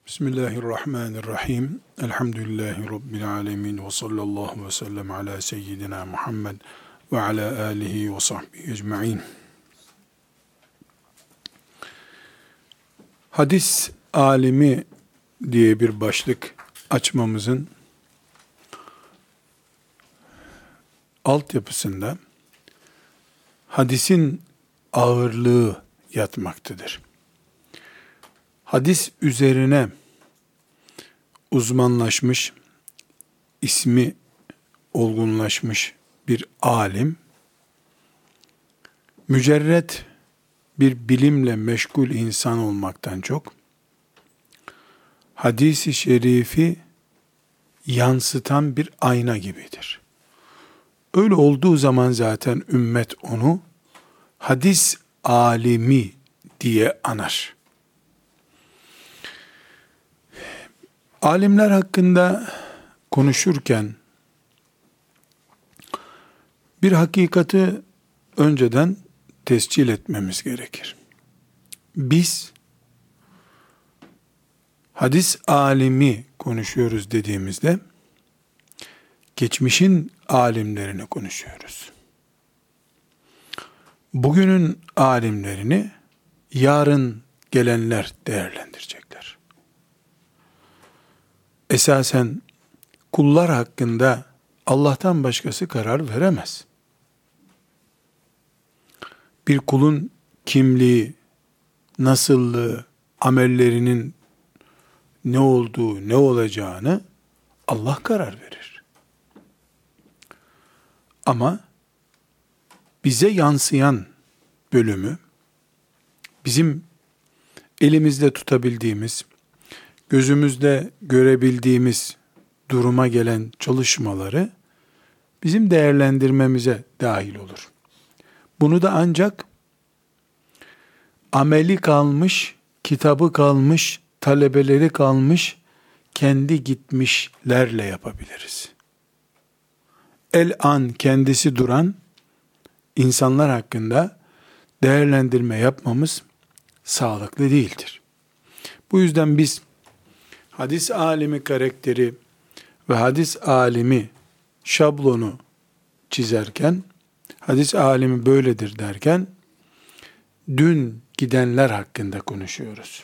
Bismillahirrahmanirrahim. Elhamdülillahi Rabbil alemin. Ve sallallahu ve sellem ala seyyidina Muhammed ve ala alihi ve sahbihi ecma'in. Hadis alimi diye bir başlık açmamızın altyapısında hadisin ağırlığı yatmaktadır. Hadis üzerine uzmanlaşmış, ismi olgunlaşmış bir alim, mücerret bir bilimle meşgul insan olmaktan çok, hadis-i şerifi yansıtan bir ayna gibidir. Öyle olduğu zaman zaten ümmet onu hadis alimi diye anar. Alimler hakkında konuşurken bir hakikati önceden tescil etmemiz gerekir. Biz hadis alimi konuşuyoruz dediğimizde geçmişin alimlerini konuşuyoruz. Bugünün alimlerini yarın gelenler değerlendirecekler. Esasen kullar hakkında Allah'tan başkası karar veremez. Bir kulun kimliği, nasıllığı, amellerinin ne olduğu, ne olacağını Allah karar verir. Ama bize yansıyan bölümü, bizim elimizde tutabildiğimiz, gözümüzde görebildiğimiz duruma gelen çalışmaları bizim değerlendirmemize dahil olur. Bunu da ancak ameli kalmış, kitabı kalmış, talebeleri kalmış, kendi gitmişlerle yapabiliriz. El an kendisi duran insanlar hakkında değerlendirme yapmamız sağlıklı değildir. Bu yüzden biz hadis alimi karakteri ve hadis alimi şablonu çizerken, hadis alimi böyledir derken, dün gidenler hakkında konuşuyoruz.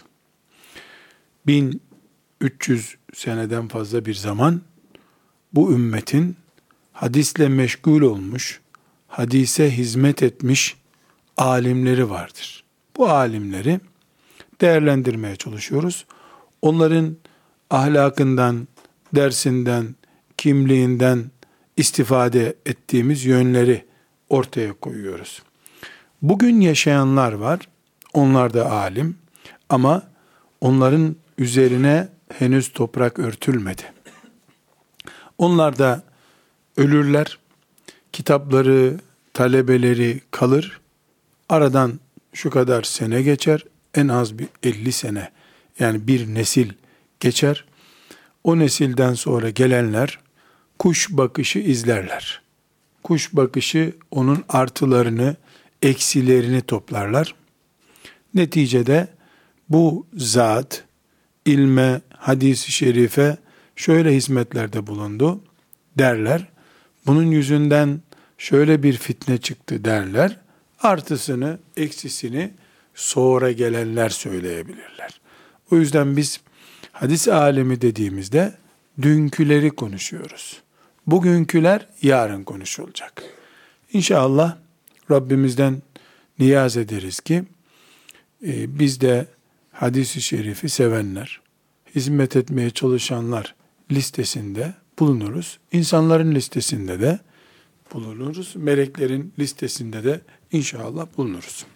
1300 seneden fazla bir zaman bu ümmetin hadisle meşgul olmuş, hadise hizmet etmiş alimleri vardır. Bu alimleri değerlendirmeye çalışıyoruz. Onların ahlakından, dersinden, kimliğinden istifade ettiğimiz yönleri ortaya koyuyoruz. Bugün yaşayanlar var, onlar da alim ama onların üzerine henüz toprak örtülmedi. Onlar da ölürler, kitapları, talebeleri kalır, aradan şu kadar sene geçer, en az bir 50 sene, yani bir nesil geçer. O nesilden sonra gelenler kuş bakışı izlerler. Kuş bakışı onun artılarını, eksilerini toplarlar. Neticede bu zat ilme, hadis-i şerife şöyle hizmetlerde bulundu derler. Bunun yüzünden şöyle bir fitne çıktı derler. Artısını, eksisini sonra gelenler söyleyebilirler. O yüzden biz hadis alemi dediğimizde dünküleri konuşuyoruz. Bugünküler yarın konuşulacak. İnşallah Rabbimizden niyaz ederiz ki biz de hadis-i şerifi sevenler, hizmet etmeye çalışanlar listesinde bulunuruz. İnsanların listesinde de bulunuruz. Meleklerin listesinde de inşallah bulunuruz.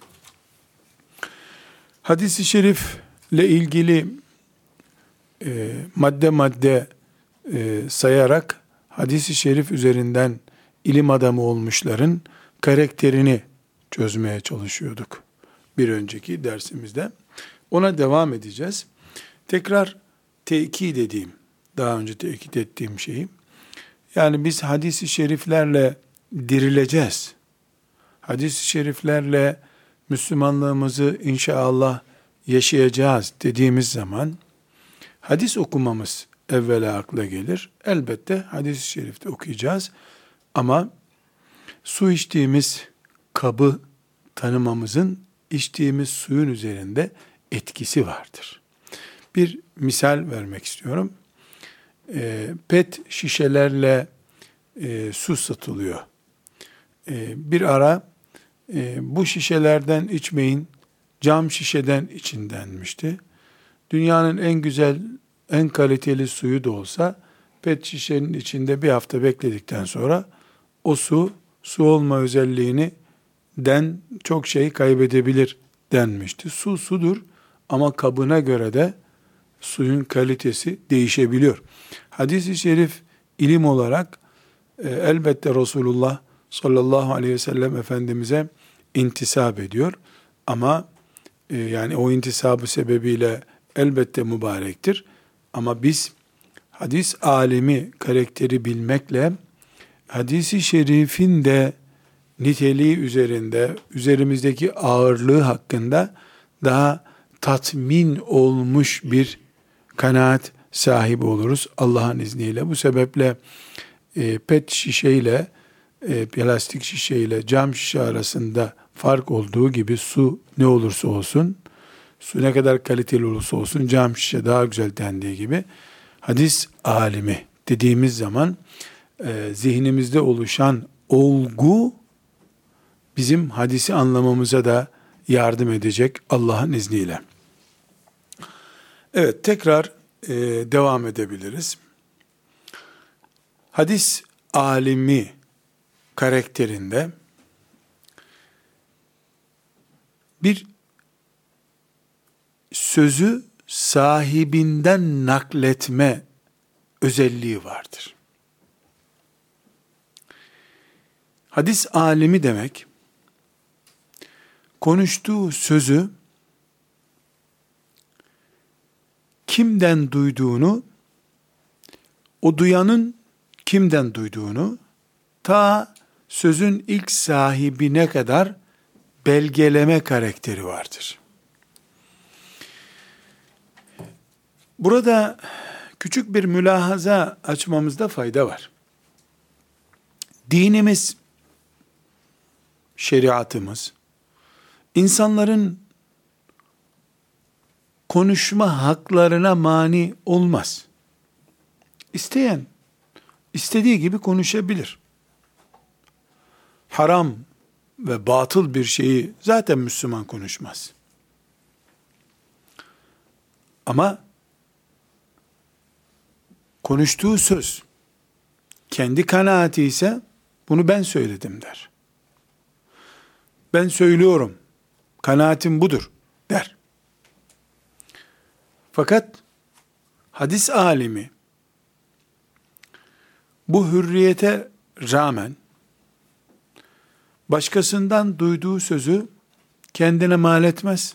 Hadis-i şerifle ilgili madde madde sayarak hadis-i şerif üzerinden ilim adamı olmuşların karakterini çözmeye çalışıyorduk bir önceki dersimizde. Ona devam edeceğiz. Tekrar tekit edeyim, daha önce tekit ettiğim şeyi. Yani biz hadis-i şeriflerle dirileceğiz. Hadis-i şeriflerle Müslümanlığımızı inşallah yaşayacağız dediğimiz zaman Hadis okumamız evvela akla gelir. Elbette hadis-i şerifte okuyacağız. Ama su içtiğimiz kabı tanımamızın içtiğimiz suyun üzerinde etkisi vardır. Bir misal vermek istiyorum. Pet şişelerle su satılıyor. Bir ara bu şişelerden içmeyin, cam şişeden için denmişti. Dünyanın en güzel, en kaliteli suyu da olsa pet şişenin içinde bir hafta bekledikten sonra o su olma özelliğini çok şey kaybedebilir denmişti. Su sudur ama kabına göre de suyun kalitesi değişebiliyor. Hadis-i şerif ilim olarak elbette Resulullah sallallahu aleyhi ve sellem Efendimiz'e intisap ediyor. Ama yani o intisabı sebebiyle elbette mübarektir. Ama biz hadis alimi karakteri bilmekle hadisi şerifin de niteliği üzerinde, üzerimizdeki ağırlığı hakkında daha tatmin olmuş bir kanaat sahibi oluruz Allah'ın izniyle. Bu sebeple pet şişeyle, plastik şişeyle cam şişe arasında fark olduğu gibi su ne olursa olsun, su ne kadar kaliteli olursa olsun cam şişe daha güzel dendiği gibi hadis alimi dediğimiz zaman zihnimizde oluşan olgu bizim hadisi anlamamıza da yardım edecek Allah'ın izniyle. Evet, tekrar devam edebiliriz. Hadis alimi karakterinde bir sözü sahibinden nakletme özelliği vardır. Hadis alimi demek, konuştuğu sözü kimden duyduğunu, o duyanın kimden duyduğunu, ta sözün ilk sahibine kadar belgeleme karakteri vardır. Burada küçük bir mülahaza açmamızda fayda var. Dinimiz, şeriatımız, insanların konuşma haklarına mani olmaz. İsteyen, istediği gibi konuşabilir. Haram ve batıl bir şeyi zaten Müslüman konuşmaz. Ama konuştuğu söz, kendi kanaati ise bunu ben söyledim der. Ben söylüyorum, kanaatim budur der. Fakat hadis alimi bu hürriyete rağmen başkasından duyduğu sözü kendine mal etmez.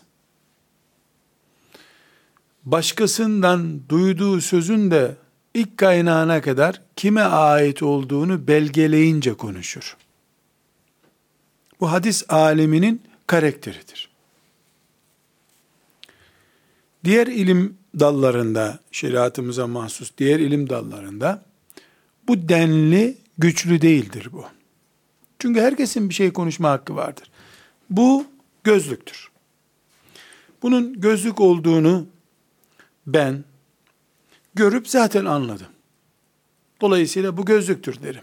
Başkasından duyduğu sözün de ilk kaynağına kadar kime ait olduğunu belgeleyince konuşur. Bu hadis aliminin karakteridir. Diğer ilim dallarında, şeriatımıza mahsus diğer ilim dallarında bu denli güçlü değildir bu. Çünkü herkesin bir şey konuşma hakkı vardır. Bu gözlüktür. Bunun gözlük olduğunu ben görüp zaten anladım. Dolayısıyla bu gözlüktür derim.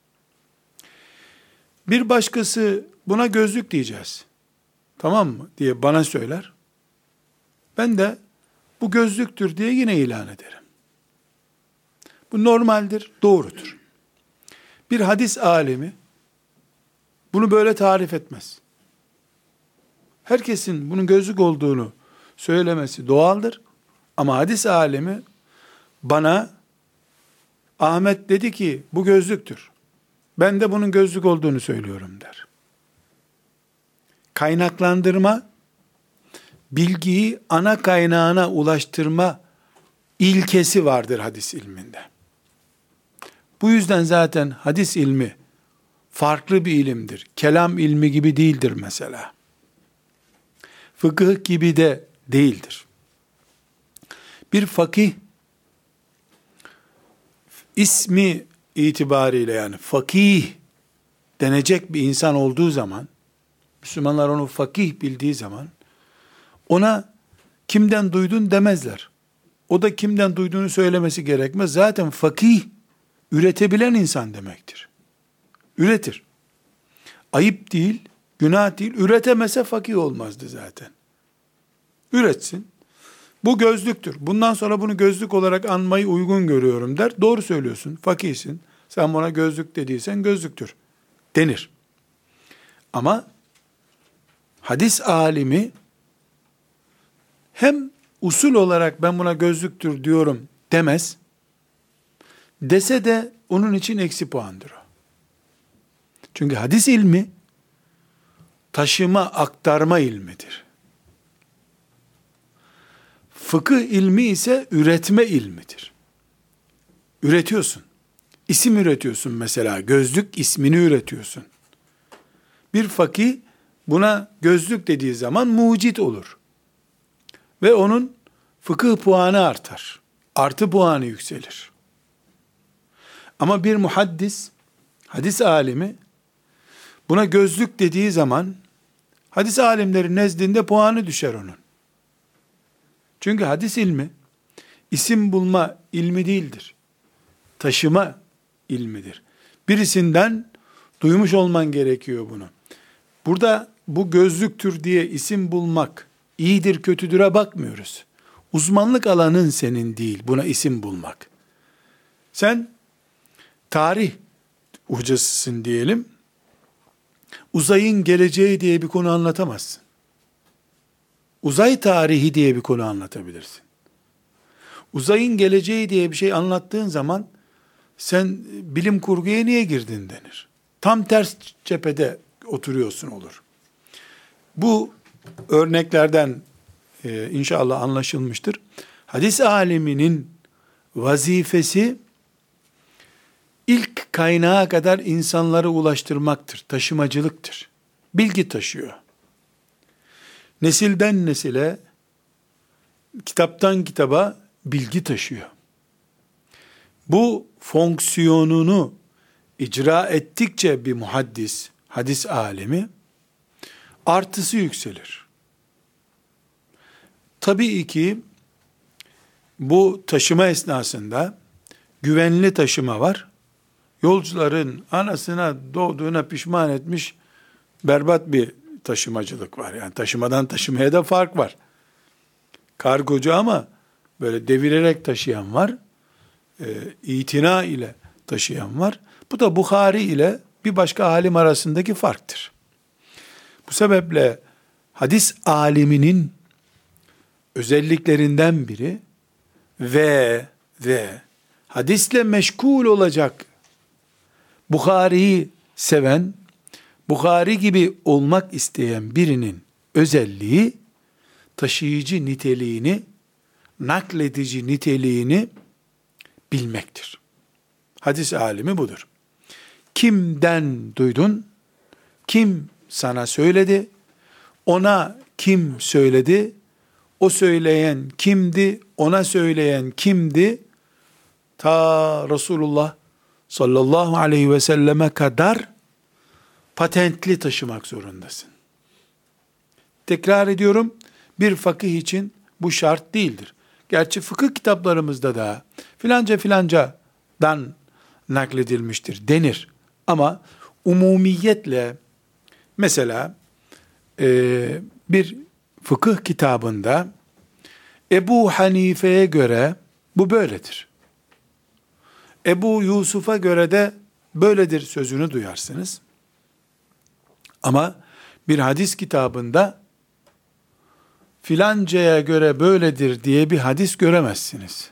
Bir başkası buna gözlük diyeceğiz, tamam mı diye bana söyler. Ben de bu gözlüktür diye yine ilan ederim. Bu normaldir, doğrudur. Bir hadis alimi bunu böyle tarif etmez. Herkesin bunun gözlük olduğunu söylemesi doğaldır. Ama hadis alimi bana Ahmet dedi ki bu gözlüktür, ben de bunun gözlük olduğunu söylüyorum der. Kaynaklandırma, bilgiyi ana kaynağına ulaştırma ilkesi vardır hadis ilminde. Bu yüzden zaten hadis ilmi farklı bir ilimdir. Kelam ilmi gibi değildir mesela. Fıkıh gibi de değildir. Bir fakih ismi itibariyle, yani fakih denecek bir insan olduğu zaman, Müslümanlar onu fakih bildiği zaman, ona kimden duydun demezler. O da kimden duyduğunu söylemesi gerekmez. Zaten fakih, üretebilen insan demektir. Üretir. Ayıp değil, günah değil. Üretemese fakih olmazdı zaten. Üretsin. Bu gözlüktür. Bundan sonra bunu gözlük olarak anmayı uygun görüyorum der. Doğru söylüyorsun, fakihsin. Sen buna gözlük dediysen gözlüktür denir. Ama hadis alimi hem usul olarak ben buna gözlüktür diyorum demez. Dese de onun için eksi puandır o. Çünkü hadis ilmi taşıma, aktarma ilmidir. Fıkıh ilmi ise üretme ilmidir. Üretiyorsun. İsim üretiyorsun mesela. Gözlük ismini üretiyorsun. Bir fakih buna gözlük dediği zaman mucit olur. Ve onun fıkıh puanı artar. Artı puanı yükselir. Ama bir muhaddis, hadis alimi buna gözlük dediği zaman hadis alimleri nezdinde puanı düşer onun. Çünkü hadis ilmi isim bulma ilmi değildir. Taşıma ilmidir. Birisinden duymuş olman gerekiyor bunu. Burada bu gözlüktür diye isim bulmak iyidir kötüdüre bakmıyoruz. Uzmanlık alanın senin değil buna isim bulmak. Sen tarih hocasısın diyelim. Uzayın geleceği diye bir konu anlatamazsın. Uzay tarihi diye bir konu anlatabilirsin. Uzayın geleceği diye bir şey anlattığın zaman sen bilim kurguya niye girdin denir. Tam ters cephede oturuyorsun olur. Bu örneklerden inşallah anlaşılmıştır. Hadis aliminin vazifesi ilk kaynağa kadar insanları ulaştırmaktır, taşımacılıktır. Bilgi taşıyor. Nesilden nesile, kitaptan kitaba bilgi taşıyor. Bu fonksiyonunu icra ettikçe bir muhaddis, hadis alimi, artısı yükselir. Tabii ki bu taşıma esnasında güvenli taşıma var. Yolcuların anasına doğduğuna pişman etmiş berbat bir taşımacılık var. Yani taşımadan taşımaya da fark var. Kargocu ama böyle devirerek taşıyan var. İtina ile taşıyan var. Bu da Bukhari ile bir başka alim arasındaki farktır. Bu sebeple hadis aliminin özelliklerinden biri ve hadisle meşgul olacak, Bukhari'yi seven, Bukhari gibi olmak isteyen birinin özelliği, taşıyıcı niteliğini, nakledici niteliğini bilmektir. Hadis alimi budur. Kimden duydun? Kim sana söyledi? Ona kim söyledi? O söyleyen kimdi? Ona söyleyen kimdi? Ta Resulullah sallallahu aleyhi ve selleme kadar patentli taşımak zorundasın. Tekrar ediyorum, bir fakih için bu şart değildir. Gerçi fıkıh kitaplarımızda da filanca filancadan nakledilmiştir denir. Ama umumiyetle mesela bir fıkıh kitabında Ebu Hanife'ye göre bu böyledir. Ebu Yusuf'a göre de böyledir sözünü duyarsınız. Ama bir hadis kitabında filancaya göre böyledir diye bir hadis göremezsiniz.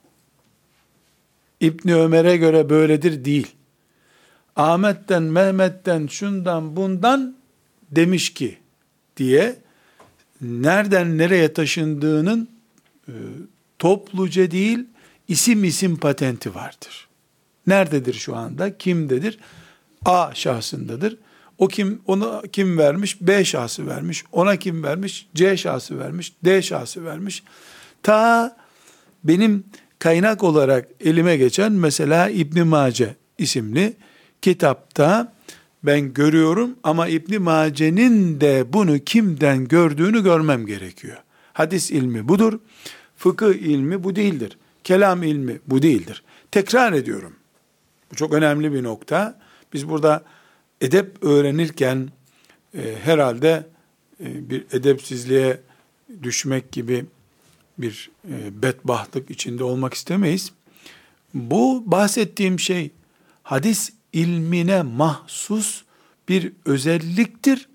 İbni Ömer'e göre böyledir değil. Ahmet'ten, Mehmet'ten, şundan, bundan demiş ki diye nereden nereye taşındığının topluca değil, isim patenti vardır. Nerededir şu anda? Kimdedir? A şahsındadır. O kim, ona kim vermiş? B şahsı vermiş. Ona kim vermiş? C şahsı vermiş. D şahsı vermiş. Ta benim kaynak olarak elime geçen mesela İbn Mace isimli kitapta ben görüyorum ama İbn Mace'nin de bunu kimden gördüğünü görmem gerekiyor. Hadis ilmi budur. Fıkıh ilmi bu değildir. Kelam ilmi bu değildir. Tekrar ediyorum. Bu çok önemli bir nokta. Biz burada edep öğrenirken herhalde bir edepsizliğe düşmek gibi bir bedbahtlık içinde olmak istemeyiz. Bu bahsettiğim şey hadis ilmine mahsus bir özelliktir.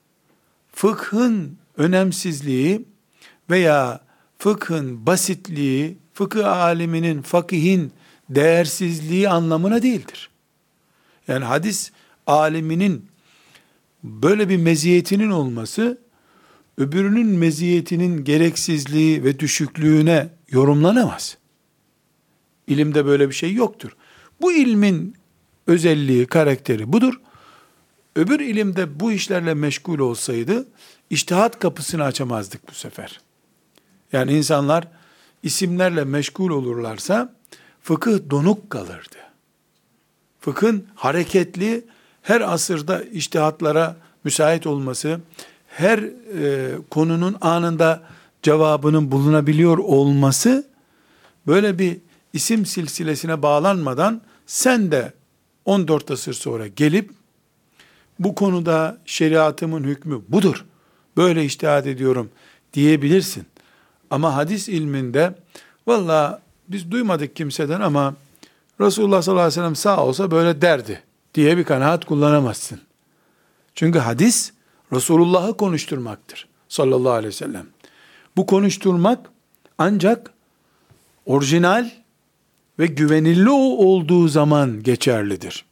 Fıkhın önemsizliği veya fıkhın basitliği, fıkıh aliminin, fakihin değersizliği anlamına değildir. Yani hadis aliminin böyle bir meziyetinin olması, öbürünün meziyetinin gereksizliği ve düşüklüğüne yorumlanamaz. İlimde böyle bir şey yoktur. Bu ilmin özelliği, karakteri budur. Öbür ilimde bu işlerle meşgul olsaydı, içtihat kapısını açamazdık bu sefer. Yani insanlar isimlerle meşgul olurlarsa, fıkıh donuk kalırdı. Fıkhın hareketli, her asırda içtihatlara müsait olması, her konunun anında cevabının bulunabiliyor olması, böyle bir isim silsilesine bağlanmadan, sen de 14 asır sonra gelip, bu konuda şeriatımın hükmü budur, böyle içtihat ediyorum diyebilirsin. Ama hadis ilminde, vallahi biz duymadık kimseden ama Resulullah sallallahu aleyhi ve sellem sağ olsa böyle derdi diye bir kanaat kullanamazsın. Çünkü hadis, Resulullah'ı konuşturmaktır sallallahu aleyhi ve sellem. Bu konuşturmak ancak orijinal ve güvenilir olduğu zaman geçerlidir.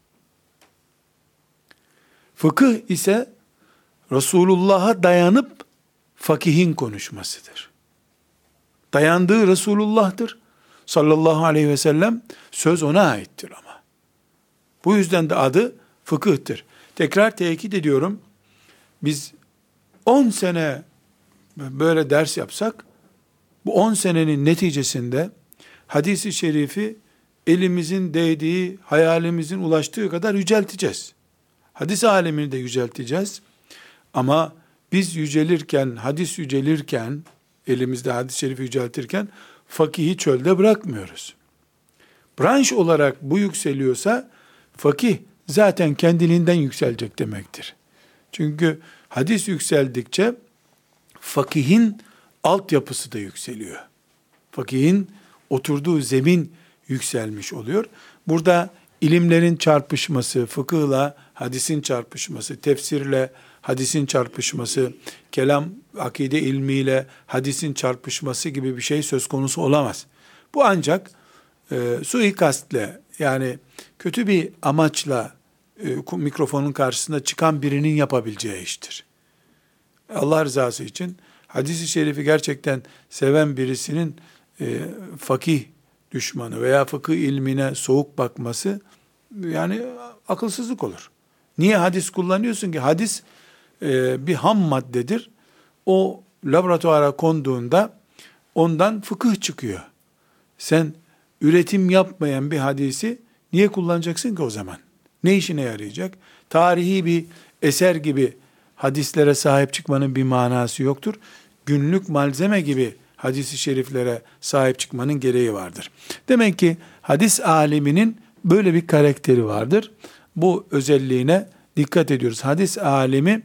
Fıkıh ise Resulullah'a dayanıp fakihin konuşmasıdır. Dayandığı Resulullah'tır sallallahu aleyhi ve sellem, söz ona aittir ama. Bu yüzden de adı fıkıhtır. Tekrar tekit ediyorum, biz 10 sene böyle ders yapsak, bu 10 senenin neticesinde hadisi şerifi elimizin değdiği, hayalimizin ulaştığı kadar yücelteceğiz. Hadis alemini de yücelteceğiz. Ama biz yücelirken, hadis yücelirken, elimizde hadis-i şerifi yüceltirken, fakihi çölde bırakmıyoruz. Branş olarak bu yükseliyorsa, fakih zaten kendiliğinden yükselecek demektir. Çünkü hadis yükseldikçe, fakihin altyapısı da yükseliyor. Fakihin oturduğu zemin yükselmiş oluyor. Burada ilimlerin çarpışması, fıkıhla hadisin çarpışması, tefsirle hadisin çarpışması, kelam, akide ilmiyle hadisin çarpışması gibi bir şey söz konusu olamaz. Bu ancak suikastle, yani kötü bir amaçla mikrofonun karşısına çıkan birinin yapabileceği iştir. Allah rızası için hadis-i şerifi gerçekten seven birisinin fakih düşmanı veya fıkıh ilmine soğuk bakması, yani akılsızlık olur. Niye hadis kullanıyorsun ki? Hadis bir ham maddedir. O laboratuvara konduğunda ondan fıkıh çıkıyor. Sen üretim yapmayan bir hadisi niye kullanacaksın ki o zaman? Ne işine yarayacak? Tarihi bir eser gibi hadislere sahip çıkmanın bir manası yoktur. Günlük malzeme gibi hadis-i şeriflere sahip çıkmanın gereği vardır. Demek ki hadis aliminin böyle bir karakteri vardır. Bu özelliğine dikkat ediyoruz. Hadis alimi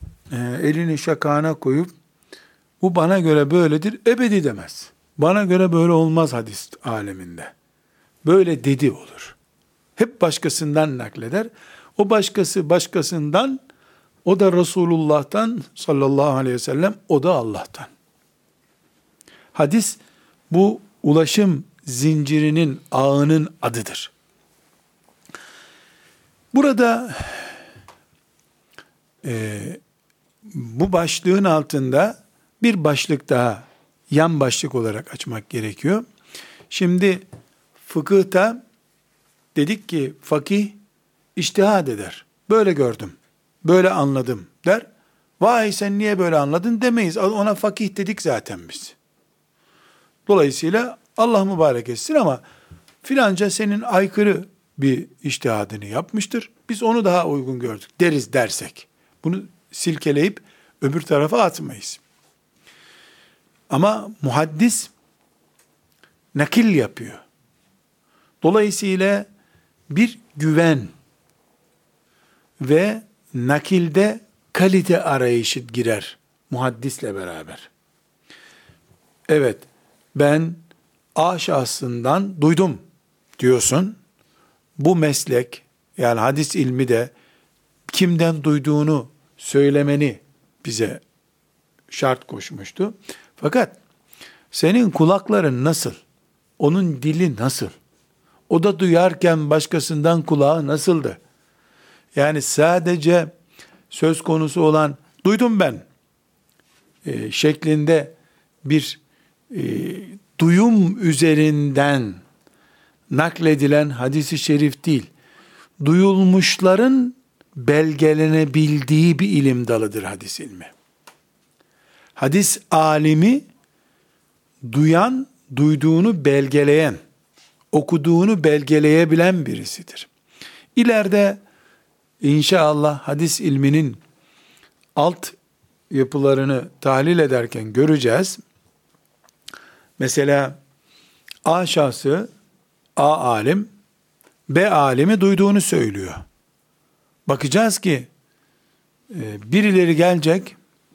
elini şakağına koyup bu bana göre böyledir ebedi demez. Bana göre böyle olmaz hadis aleminde. Böyle dedi olur. Hep başkasından nakleder. O başkası başkasından, o da Resulullah'tan sallallahu aleyhi ve sellem, o da Allah'tan. Hadis bu ulaşım zincirinin, ağının adıdır. Burada bu başlığın altında bir başlık daha yan başlık olarak açmak gerekiyor. Şimdi fıkıhta dedik ki fakih içtihad eder. Böyle gördüm, böyle anladım der. Vay sen niye böyle anladın demeyiz. Ona fakih dedik zaten biz. Dolayısıyla Allah mübarek etsin ama filanca senin aykırı bir içtihadını yapmıştır. Biz onu daha uygun gördük deriz dersek. Bunu silkeleyip öbür tarafa atmayız. Ama muhaddis nakil yapıyor. Dolayısıyla bir güven ve nakilde kalite arayışı girer muhaddisle beraber. Evet, ben A şahsından duydum diyorsun. Bu meslek, yani hadis ilmi de kimden duyduğunu söylemeni bize şart koşmuştu. Fakat senin kulakların nasıl? Onun dili nasıl? O da duyarken başkasından kulağı nasıldı? Yani sadece söz konusu olan duydum ben şeklinde bir duyum üzerinden nakledilen hadis-i şerif değil, duyulmuşların belgelenebildiği bir ilim dalıdır hadis ilmi. Hadis alimi, duyan, duyduğunu belgeleyen, okuduğunu belgeleyebilen birisidir. İleride inşallah hadis ilminin alt yapılarını tahlil ederken göreceğiz. Mesela A şahsı, A alim, B alimi duyduğunu söylüyor. Bakacağız ki birileri gelecek,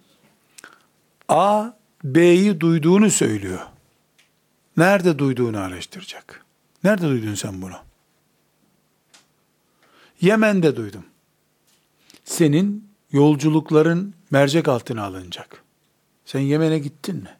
A, B'yi duyduğunu söylüyor. Nerede duyduğunu araştıracak. Nerede duydun sen bunu? Yemen'de duydum. Senin yolculukların mercek altına alınacak. Sen Yemen'e gittin mi?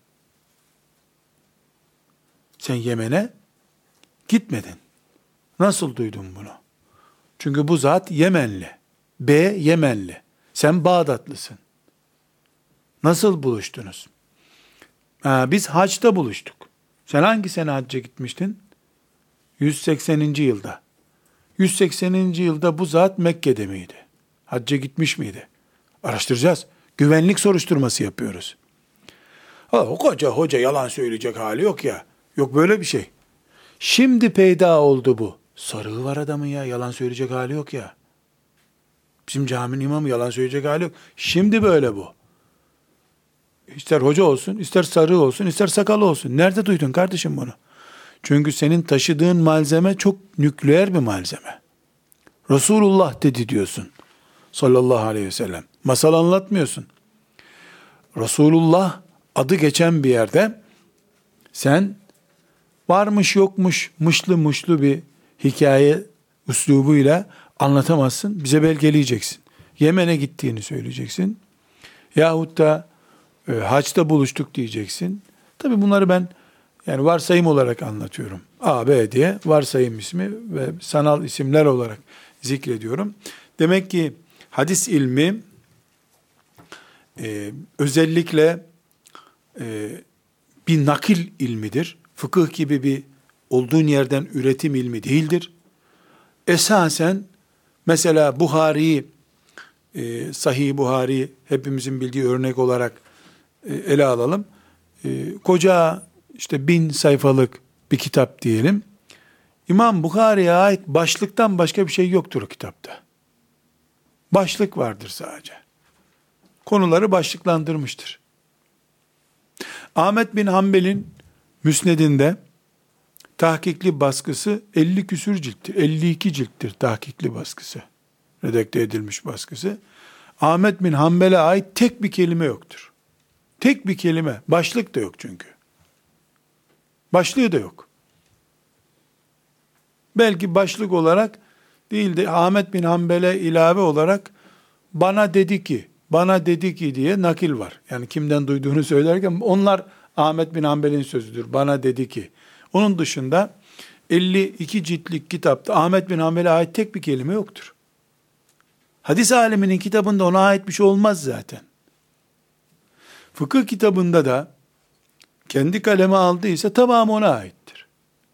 Sen Yemen'e gitmedin. Nasıl duydun bunu? Çünkü bu zat Yemenli. B Yemenli. Sen Bağdatlısın. Nasıl buluştunuz? Biz haçta buluştuk. Sen hangi sene hacca gitmiştin? 180. yılda. 180. yılda bu zat Mekke'de miydi? Hacca gitmiş miydi? Araştıracağız. Güvenlik soruşturması yapıyoruz. O koca hoca yalan söyleyecek hali yok ya. Yok böyle bir şey. Şimdi peyda oldu bu. Sarığı var adamın ya. Yalan söyleyecek hali yok ya. Bizim caminin imamı yalan söyleyecek hali yok. Şimdi böyle bu. İster hoca olsun, ister sarığı olsun, ister sakalı olsun. Nerede duydun kardeşim bunu? Çünkü senin taşıdığın malzeme çok nükleer bir malzeme. Resulullah dedi diyorsun. Sallallahu aleyhi ve sellem. Masal anlatmıyorsun. Resulullah adı geçen bir yerde sen varmış yokmuş mışlı mışlı bir hikaye üslubuyla anlatamazsın. Bize belgeleyeceksin. Yemen'e gittiğini söyleyeceksin. Yahut da haçta buluştuk diyeceksin. Tabii bunları ben yani varsayım olarak anlatıyorum. A, B diye varsayım ismi ve sanal isimler olarak zikrediyorum. Demek ki hadis ilmi özellikle bir nakil ilmidir. Fıkıh gibi bir olduğun yerden üretim ilmi değildir. Esasen mesela Buhari'yi, Sahih Buhari hepimizin bildiği örnek olarak ele alalım. Koca işte 1000 sayfalık bir kitap diyelim. İmam Bukhari'ye ait başlıktan başka bir şey yoktur o kitapta. Başlık vardır sadece. Konuları başlıklandırmıştır. Ahmet bin Hanbel'in Müsned'inde tahkikli baskısı 50 küsür cilttir. 52 cilttir tahkikli baskısı. Redakte edilmiş baskısı. Ahmet bin Hanbel'e ait tek bir kelime yoktur. Tek bir kelime. Başlık da yok çünkü. Başlığı da yok. Belki başlık olarak değil de Ahmet bin Hanbel'e ilave olarak bana dedi ki diye nakil var. Yani kimden duyduğunu söylerken onlar Ahmet bin Hanbel'in sözüdür. Bana dedi ki. Onun dışında 52 ciltlik kitapta Ahmet bin Hanbel'e ait tek bir kelime yoktur. Hadis aliminin kitabında ona ait bir şey olmaz zaten. Fıkıh kitabında da kendi kaleme aldıysa tamamı ona aittir.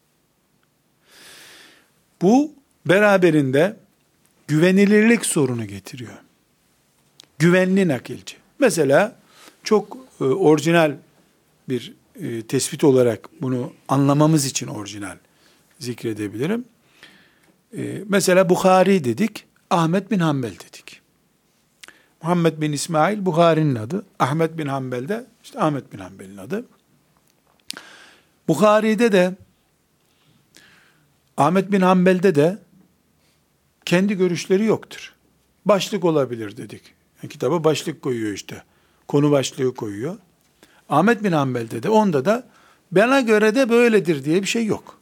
Bu beraberinde güvenilirlik sorunu getiriyor. Güvenli nakilci. Mesela çok orijinal bir tespit olarak bunu anlamamız için orijinal zikredebilirim. Mesela Bukhari dedik, Ahmet bin Hanbel dedik. Muhammed bin İsmail Bukhari'nin adı, Ahmet bin Hanbel de işte Ahmet bin Hanbel'in adı. Bukhari'de de Ahmet bin Hanbel'de de kendi görüşleri yoktur. Başlık olabilir dedik. Yani kitaba başlık koyuyor işte. Konu başlığı koyuyor. Ahmet bin Hanbel'de de onda da bana göre de böyledir diye bir şey yok.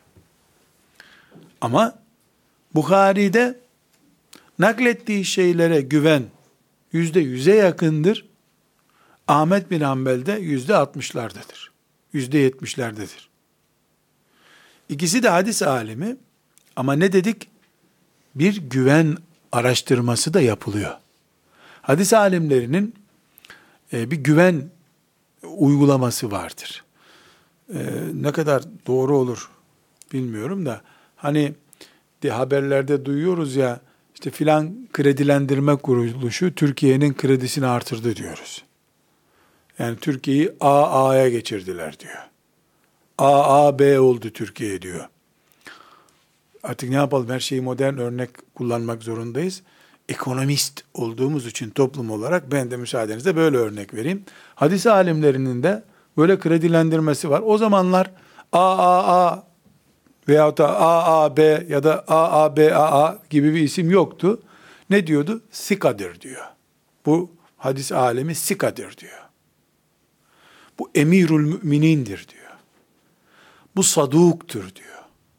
Ama Bukhari'de naklettiği şeylere güven %100'e yakındır. Ahmet bin Hanbel'de %60'lardadır. %70'lerdedir. İkisi de hadis alimi ama ne dedik? Bir güven araştırması da yapılıyor. Hadis alimlerinin bir güven uygulaması vardır. Ne kadar doğru olur bilmiyorum da hani haberlerde duyuyoruz ya işte filan kredilendirme kuruluşu Türkiye'nin kredisini artırdı diyoruz. Yani Türkiye'yi AA'ya geçirdiler diyor. AAB oldu Türkiye diyor. Artık ne yapalım, her şeyi modern örnek kullanmak zorundayız. Ekonomist olduğumuz için toplum olarak ben de müsaadenizle böyle örnek vereyim. Hadis alimlerinin de böyle kredilendirmesi var. O zamanlar AAA veyahut da AAB ya da AABAA gibi bir isim yoktu. Ne diyordu? Sikadır diyor. Bu hadis alemi sikadır diyor. Bu emirül müminindir diyor. Bu saduktur diyor.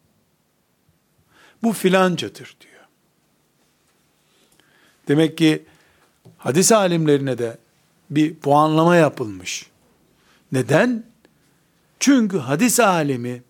Bu filancadır diyor. Demek ki hadis alimlerine de bir puanlama yapılmış. Neden? Çünkü hadis alimi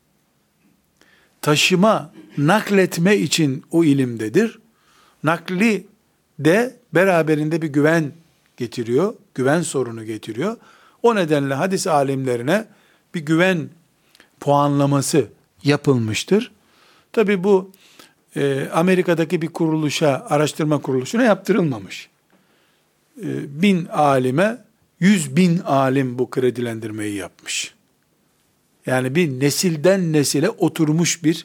taşıma, nakletme için o ilimdedir. Nakli de beraberinde bir güven getiriyor, güven sorunu getiriyor. O nedenle hadis alimlerine bir güven puanlaması yapılmıştır. Tabi bu Amerika'daki bir kuruluşa, araştırma kuruluşuna yaptırılmamış. 1000 alime 100.000 alim bu kredilendirmeyi yapmış. Yani bir nesilden nesile oturmuş bir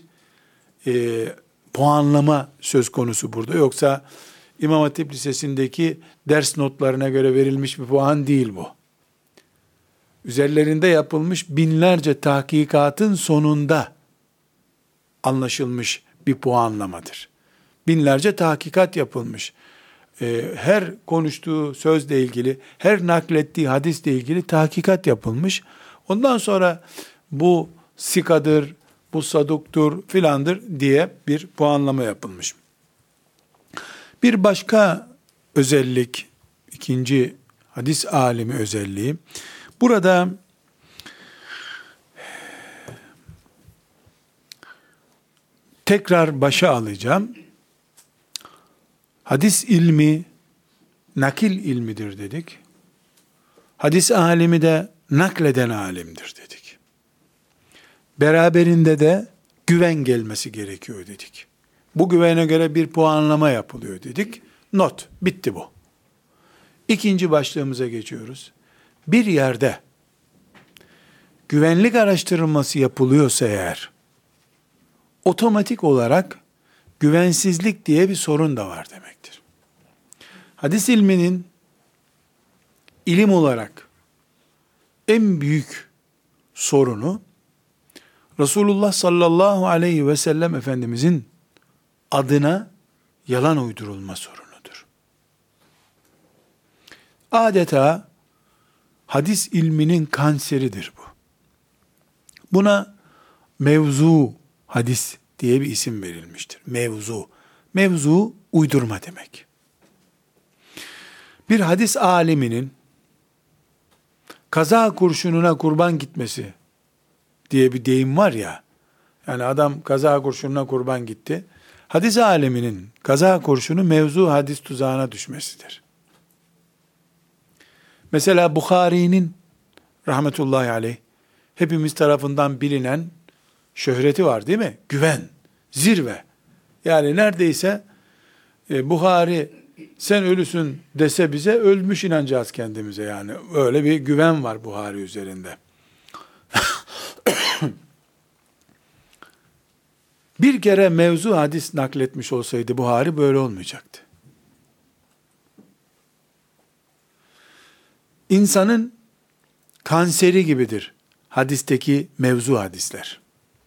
puanlama söz konusu burada. Yoksa İmam Hatip Lisesi'ndeki ders notlarına göre verilmiş bir puan değil bu. Üzerlerinde yapılmış binlerce tahkikatın sonunda anlaşılmış bir puanlamadır. Binlerce tahkikat yapılmış. Her konuştuğu sözle ilgili, her naklettiği hadisle ilgili tahkikat yapılmış. Ondan sonra bu sikadır, bu saduktur filandır diye bir puanlama yapılmış. Bir başka özellik, ikinci hadis alimi özelliği, burada tekrar başa alacağım. Hadis ilmi, nakil ilmidir dedik. Hadis alimi de nakleden alimdir dedik. Beraberinde de güven gelmesi gerekiyor dedik. Bu güvene göre bir puanlama yapılıyor dedik. Not, bitti bu. İkinci başlığımıza geçiyoruz. Bir yerde güvenlik araştırılması yapılıyorsa eğer, otomatik olarak güvensizlik diye bir sorun da var demektir. Hadis ilminin ilim olarak en büyük sorunu Resulullah sallallahu aleyhi ve sellem Efendimizin adına yalan uydurulma sorunudur. Adeta hadis ilminin kanseridir bu. Buna mevzu hadis diye bir isim verilmiştir. Mevzu. Mevzu uydurma demek. Bir hadis aliminin kaza kurşununa kurban gitmesi diye bir deyim var ya, yani adam kaza kurşununa kurban gitti. Hadis aliminin kaza kurşunu mevzu hadis tuzağına düşmesidir. Mesela Bukhari'nin rahmetullahi aleyh hepimiz tarafından bilinen şöhreti var değil mi? Güven, zirve. Yani neredeyse Bukhari sen ölüsün dese bize ölmüş inanacağız kendimize yani. Öyle bir güven var Bukhari üzerinde. Bir kere mevzu hadis nakletmiş olsaydı Buhari böyle olmayacaktı. İnsanın kanseri gibidir hadisteki mevzu hadisler.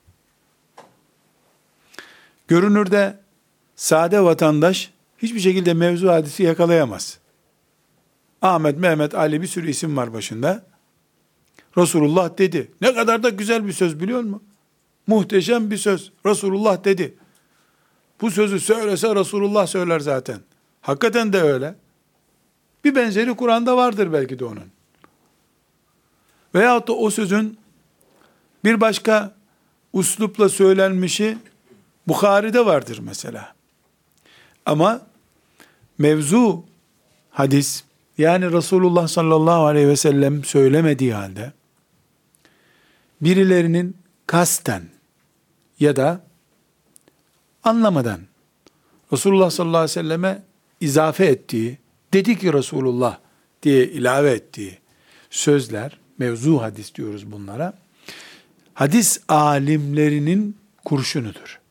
Görünürde sade vatandaş hiçbir şekilde mevzu hadisi yakalayamaz. Ahmet, Mehmet, Ali bir sürü isim var başında. Resulullah dedi. Ne kadar da güzel bir söz biliyor musun? Muhteşem bir söz. Resulullah dedi. Bu sözü söylese Resulullah söyler zaten. Hakikaten de öyle. Bir benzeri Kur'an'da vardır belki de onun. Veyahut da o sözün bir başka uslupla söylenmişi Bukhari'de vardır mesela. Ama mevzu hadis, yani Resulullah sallallahu aleyhi ve sellem söylemediği halde birilerinin kasten ya da anlamadan Resulullah sallallahu aleyhi ve selleme izafe ettiği, dedi ki Resulullah diye ilave ettiği sözler, mevzu hadis diyoruz bunlara, hadis alimlerinin kurşunudur.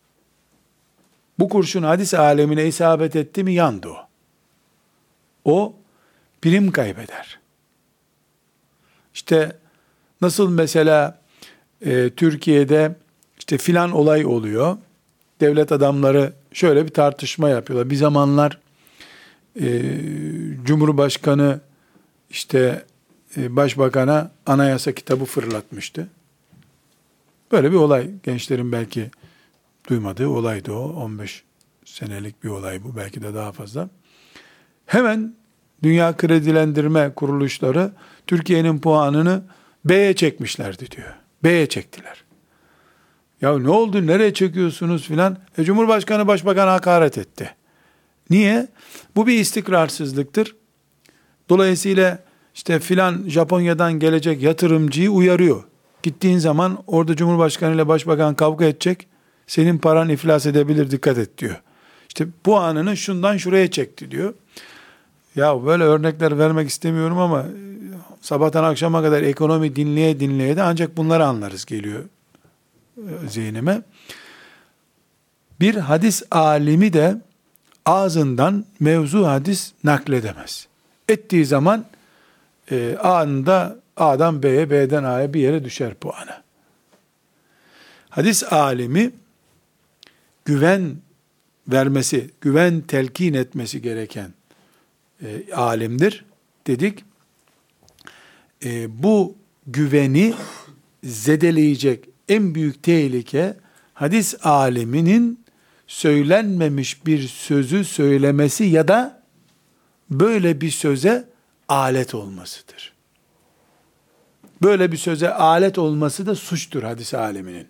Bu kurşun hadis alemine isabet etti mi yandı o. O prim kaybeder. İşte nasıl mesela Türkiye'de işte filan olay oluyor. Devlet adamları şöyle bir tartışma yapıyorlar. Bir zamanlar Cumhurbaşkanı işte başbakana anayasa kitabı fırlatmıştı. Böyle bir olay. Gençlerin belki duymadığı olaydı o. 15 senelik bir olay bu. Belki de daha fazla. Hemen dünya kredilendirme kuruluşları Türkiye'nin puanını B'ye çekmişlerdi diyor. B'ye çektiler. Ya ne oldu, nereye çekiyorsunuz filan? Cumhurbaşkanı başbakana hakaret etti. Niye? Bu bir istikrarsızlıktır. Dolayısıyla işte filan Japonya'dan gelecek yatırımcıyı uyarıyor. Gittiğin zaman orada Cumhurbaşkanı ile başbakan kavga edecek. Senin paran iflas edebilir, dikkat et diyor. İşte puanını şundan şuraya çekti diyor. Ya böyle örnekler vermek istemiyorum ama sabahtan akşama kadar ekonomi dinleye dinleye de ancak bunları anlarız geliyor zihnime. Bir hadis alimi de ağzından mevzu hadis nakledemez. Ettiği zaman anında A'dan B'ye, B'den A'ya bir yere düşer puanı. Hadis alimi güven vermesi, güven telkin etmesi gereken alimdir dedik. Bu güveni zedeleyecek en büyük tehlike hadis aliminin söylenmemiş bir sözü söylemesi ya da böyle bir söze alet olmasıdır. Böyle bir söze alet olması da suçtur hadis aliminin.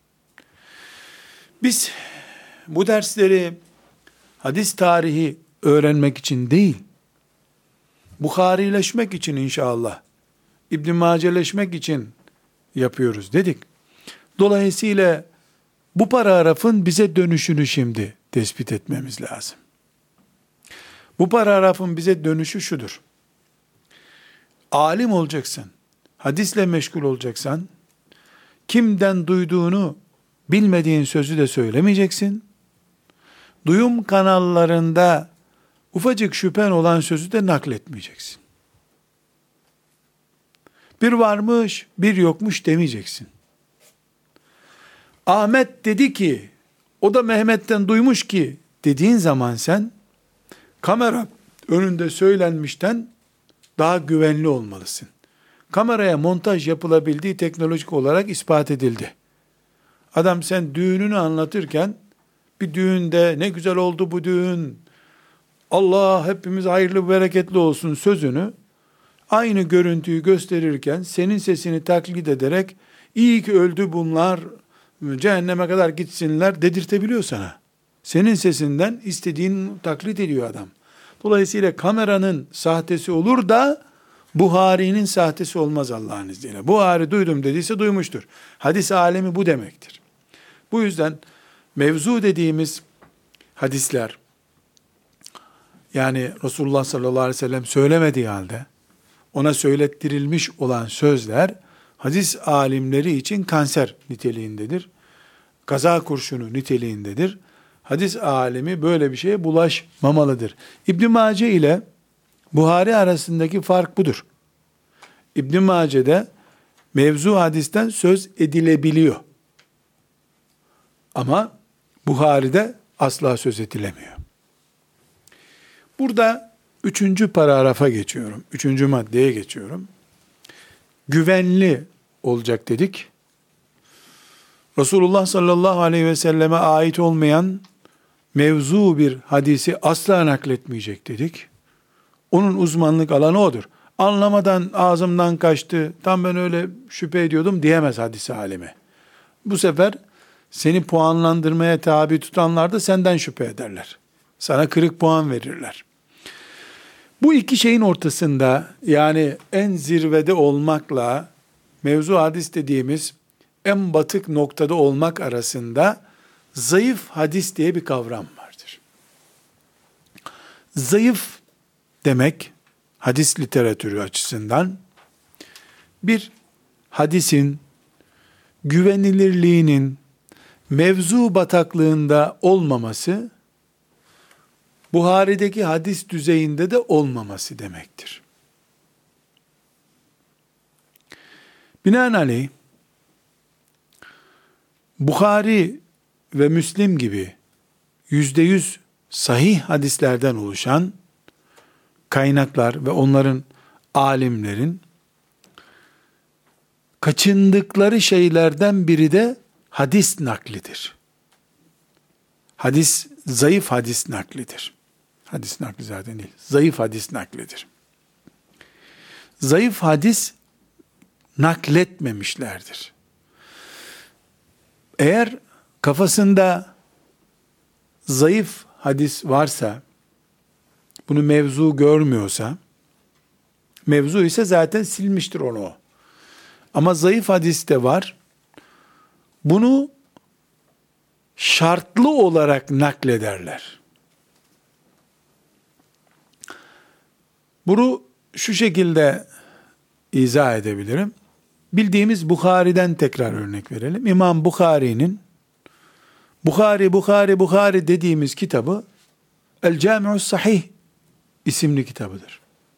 Biz bu dersleri hadis tarihi öğrenmek için değil, Bukharileşmek için inşallah, İbn-i Maceleşmek için yapıyoruz dedik. Dolayısıyla bu paragrafın bize dönüşünü şimdi tespit etmemiz lazım. Bu paragrafın bize dönüşü şudur. Alim olacaksın, hadisle meşgul olacaksan, kimden duyduğunu bilmediğin sözü de söylemeyeceksin. Duyum kanallarında ufacık şüphen olan sözü de nakletmeyeceksin. Bir varmış, bir yokmuş demeyeceksin. Ahmet dedi ki, o da Mehmet'ten duymuş ki dediğin zaman sen, kamera önünde söylenmişten daha güvenli olmalısın. Kameraya montaj yapılabildiği teknolojik olarak ispat edildi. Adam sen düğününü anlatırken, bir düğünde ne güzel oldu bu düğün, Allah hepimiz hayırlı bereketli olsun sözünü, aynı görüntüyü gösterirken senin sesini taklit ederek, iyi ki öldü bunlar, cehenneme kadar gitsinler dedirtebiliyor sana. Senin sesinden istediğin taklit ediyor adam. Dolayısıyla kameranın sahtesi olur da, Buhari'nin sahtesi olmaz Allah'ın izniyle. Buhari duydum dediyse duymuştur. Hadis alemi bu demektir. Bu yüzden mevzu dediğimiz hadisler, yani Resulullah sallallahu aleyhi ve sellem söylemediği halde, ona söylettirilmiş olan sözler, hadis alimleri için kanser niteliğindedir. Kaza kurşunu niteliğindedir. Hadis alimi böyle bir şeye bulaşmamalıdır. İbn Mace ile Buhari arasındaki fark budur. İbn Mace'de mevzu hadisten söz edilebiliyor. Ama Buhari'de asla söz edilemiyor. Burada 3. paragrafa geçiyorum. 3. maddeye geçiyorum. Güvenli olacak dedik. Resulullah sallallahu aleyhi ve selleme ait olmayan mevzu bir hadisi asla nakletmeyecek dedik. Onun uzmanlık alanı odur. Anlamadan ağzımdan kaçtı, tam ben öyle şüphe ediyordum diyemez hadis alimi. Bu sefer seni puanlandırmaya tabi tutanlar da senden şüphe ederler. Sana kırık puan verirler. Bu iki şeyin ortasında, yani en zirvede olmakla mevzu hadis dediğimiz en batık noktada olmak arasında zayıf hadis diye bir kavram vardır. Zayıf demek, hadis literatürü açısından bir hadisin güvenilirliğinin mevzu bataklığında olmaması, Buhari'deki hadis düzeyinde de olmaması demektir. Binaenaleyh, Buhari ve Müslim gibi %100 sahih hadislerden oluşan kaynaklar ve onların alimlerin kaçındıkları şeylerden biri de hadis naklidir. Hadis, zayıf hadis naklidir. Hadis nakli zaten değil. Zayıf hadis naklidir. Zayıf hadis nakletmemişlerdir. Eğer kafasında zayıf hadis varsa, bunu mevzu görmüyorsa, mevzu ise zaten silmiştir onu o. Ama zayıf hadis de var. Bunu şartlı olarak naklederler. Bunu şu şekilde izah edebilirim. Bildiğimiz Bukhari'den tekrar örnek verelim. İmam Bukhari'nin Bukhari dediğimiz kitabı El Cami'us Sahih isimli kitabıdır.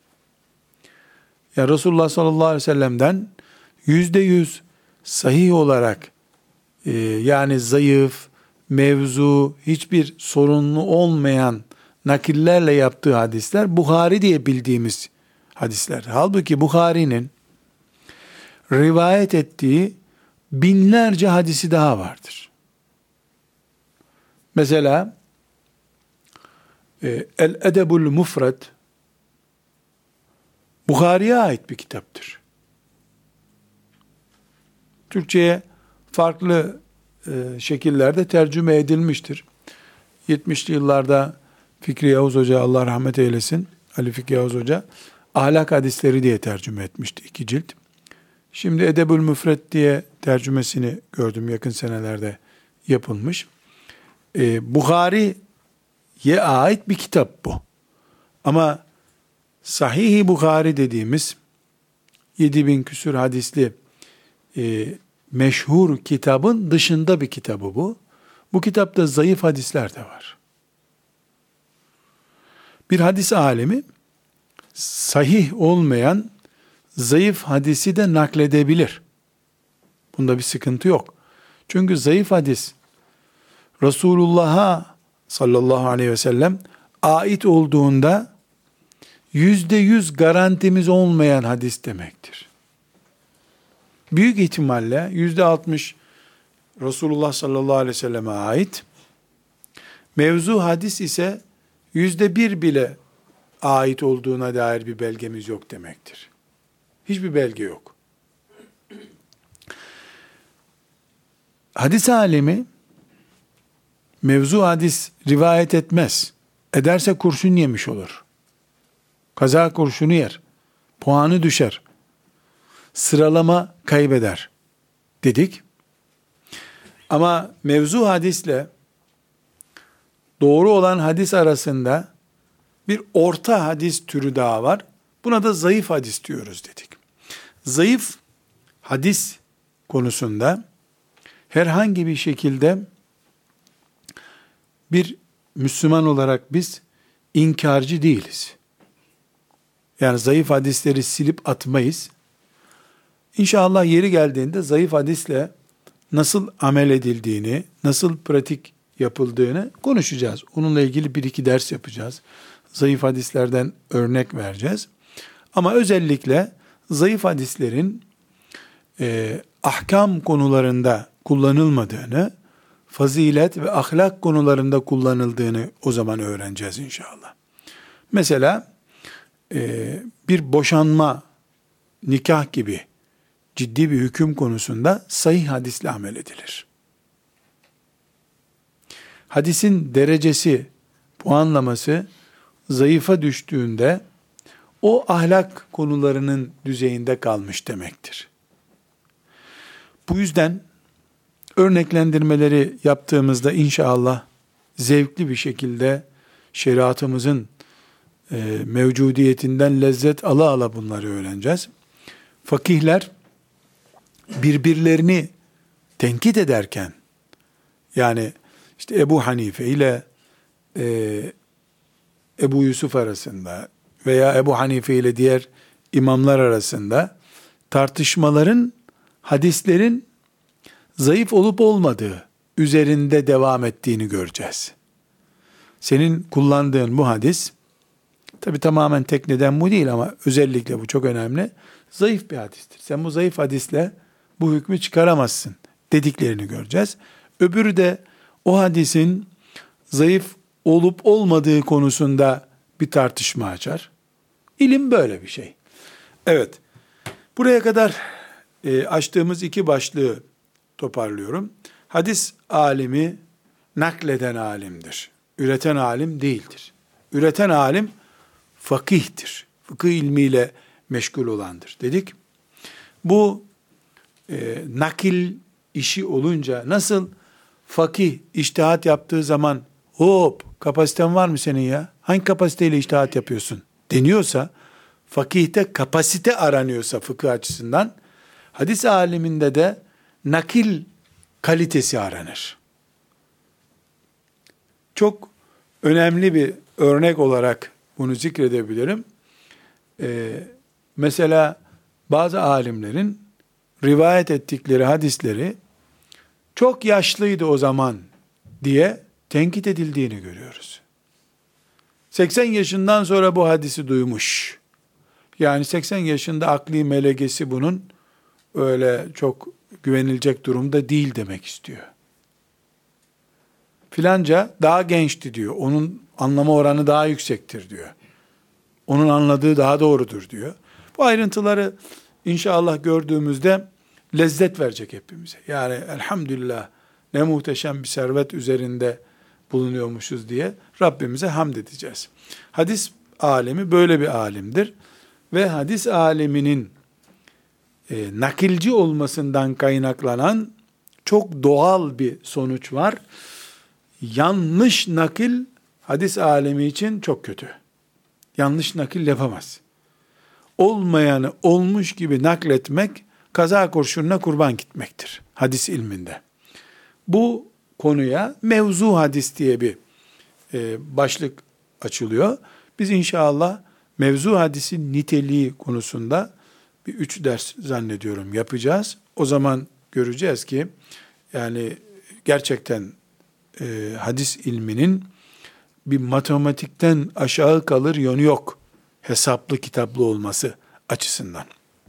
Ya Resulullah sallallahu aleyhi ve sellem'den %100 sahih olarak yani zayıf, mevzu, hiçbir sorunlu olmayan nakillerle yaptığı hadisler Bukhari diye bildiğimiz hadisler. Halbuki Bukhari'nin rivayet ettiği binlerce hadisi daha vardır. Mesela El-Edebul Mufrad Bukhari'ye ait bir kitaptır. Türkçe'ye farklı şekillerde tercüme edilmiştir. 70'li yıllarda Fikri Yavuz Hoca, Allah rahmet eylesin, Ali Fikri Yavuz Hoca, ahlak hadisleri diye tercüme etmişti 2 cilt. Şimdi Edebül Müfred diye tercümesini gördüm, yakın senelerde yapılmış. Bukhari'ye ait bir kitap bu. Ama Sahih-i Bukhari dediğimiz 7000 küsur hadisli meşhur kitabın dışında bir kitabı bu. Bu kitapta zayıf hadisler de var. Bir hadis alemi sahih olmayan zayıf hadisi de nakledebilir. Bunda bir sıkıntı yok. Çünkü zayıf hadis Resulullah'a sallallahu aleyhi ve sellem ait olduğunda %100 garantimiz olmayan hadis demektir. Büyük ihtimalle %60 Resulullah sallallahu aleyhi ve selleme ait. Mevzu hadis ise %1 bile ait olduğuna dair bir belgemiz yok demektir. Hiçbir belge yok. Hadis alemi mevzu hadis rivayet etmez. Ederse kurşun yemiş olur. Kaza kurşunu yer. Puanı düşer. Sıralama kaybeder dedik. Ama mevzu hadisle doğru olan hadis arasında bir orta hadis türü daha var. Buna da zayıf hadis diyoruz dedik. Zayıf hadis konusunda herhangi bir şekilde bir Müslüman olarak biz inkarcı değiliz. Yani zayıf hadisleri silip atmayız. İnşallah yeri geldiğinde zayıf hadisle nasıl amel edildiğini, nasıl pratik yapıldığını konuşacağız. Onunla ilgili bir iki ders yapacağız. Zayıf hadislerden örnek vereceğiz. Ama özellikle zayıf hadislerin ahkam konularında kullanılmadığını, fazilet ve ahlak konularında kullanıldığını o zaman öğreneceğiz inşallah. Mesela bir boşanma, nikah gibi ciddi bir hüküm konusunda sahih hadisle amel edilir. Hadisin derecesi, puanlaması zayıfa düştüğünde o ahlak konularının düzeyinde kalmış demektir. Bu yüzden örneklendirmeleri yaptığımızda inşallah zevkli bir şekilde şeriatımızın mevcudiyetinden lezzet ala ala bunları öğreneceğiz. Fakihler birbirlerini tenkit ederken, yani işte Ebu Hanife ile Ebu Yusuf arasında veya Ebu Hanife ile diğer imamlar arasında tartışmaların, hadislerin zayıf olup olmadığı üzerinde devam ettiğini göreceğiz. Senin kullandığın bu hadis, tabi tamamen tekneden bu değil ama özellikle bu çok önemli, zayıf bir hadistir. Sen bu zayıf hadisle bu hükmü çıkaramazsın dediklerini göreceğiz. Öbürü de o hadisin zayıf olup olmadığı konusunda bir tartışma açar. İlim böyle bir şey. Evet, buraya kadar açtığımız iki başlığı toparlıyorum. Hadis alimi nakleden alimdir. Üreten alim değildir. Üreten alim fakihtir. Fıkıh ilmiyle meşgul olandır dedik. Bu nakil işi olunca nasıl fakih içtihat yaptığı zaman hop kapasiten var mı senin ya? Hangi kapasiteyle içtihat yapıyorsun deniyorsa, fakihte kapasite aranıyorsa fıkıh açısından, hadis aliminde de nakil kalitesi aranır. Çok önemli bir örnek olarak bunu zikredebilirim. Mesela bazı alimlerin rivayet ettikleri hadisleri çok yaşlıydı o zaman diye tenkit edildiğini görüyoruz. 80 yaşından sonra bu hadisi duymuş. Yani 80 yaşında akli melekesi bunun öyle çok güvenilecek durumda değil demek istiyor. Filanca daha gençti diyor. Onun anlama oranı daha yüksektir diyor. Onun anladığı daha doğrudur diyor. Bu ayrıntıları inşallah gördüğümüzde lezzet verecek hepimize. Yani elhamdülillah ne muhteşem bir servet üzerinde bulunuyormuşuz diye Rabbimize hamd edeceğiz. Hadis alemi böyle bir alimdir. Ve hadis aleminin nakilci olmasından kaynaklanan çok doğal bir sonuç var. Yanlış nakil hadis alemi için çok kötü. Yanlış nakil yapamaz. Olmayanı olmuş gibi nakletmek, kaza kurşununa kurban gitmektir hadis ilminde. Bu konuya mevzu hadis diye bir başlık açılıyor. Biz inşallah mevzu hadisin niteliği konusunda bir 3 ders zannediyorum yapacağız. O zaman göreceğiz ki yani gerçekten hadis ilminin bir matematikten aşağı kalır yönü yok. Hesaplı kitaplı olması açısından.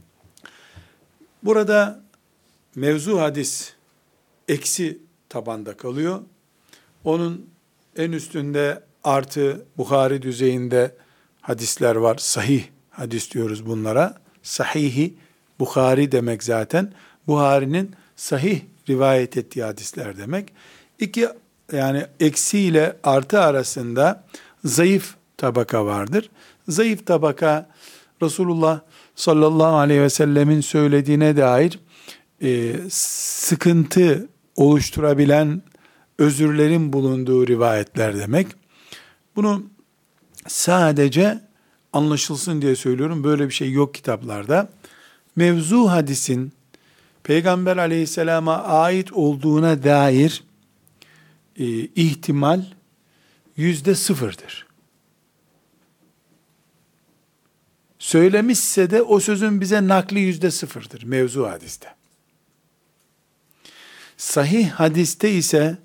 Burada mevzu hadis eksi tabanda kalıyor. Onun en üstünde artı Buhari düzeyinde hadisler var. Sahih hadis diyoruz bunlara. Sahihi Buhari demek zaten. Buhari'nin sahih rivayet ettiği hadisler demek. İki, yani eksi ile artı arasında zayıf tabaka vardır. Zayıf tabaka Resulullah sallallahu aleyhi ve sellemin söylediğine dair sıkıntı oluşturabilen özürlerin bulunduğu rivayetler demek. Bunu sadece anlaşılsın diye söylüyorum. Böyle bir şey yok kitaplarda. Mevzu hadisin Peygamber aleyhisselama ait olduğuna dair ihtimal %0'dır. Söylemişse de o sözün bize nakli %0'dır mevzu hadiste. Sahih hadiste ise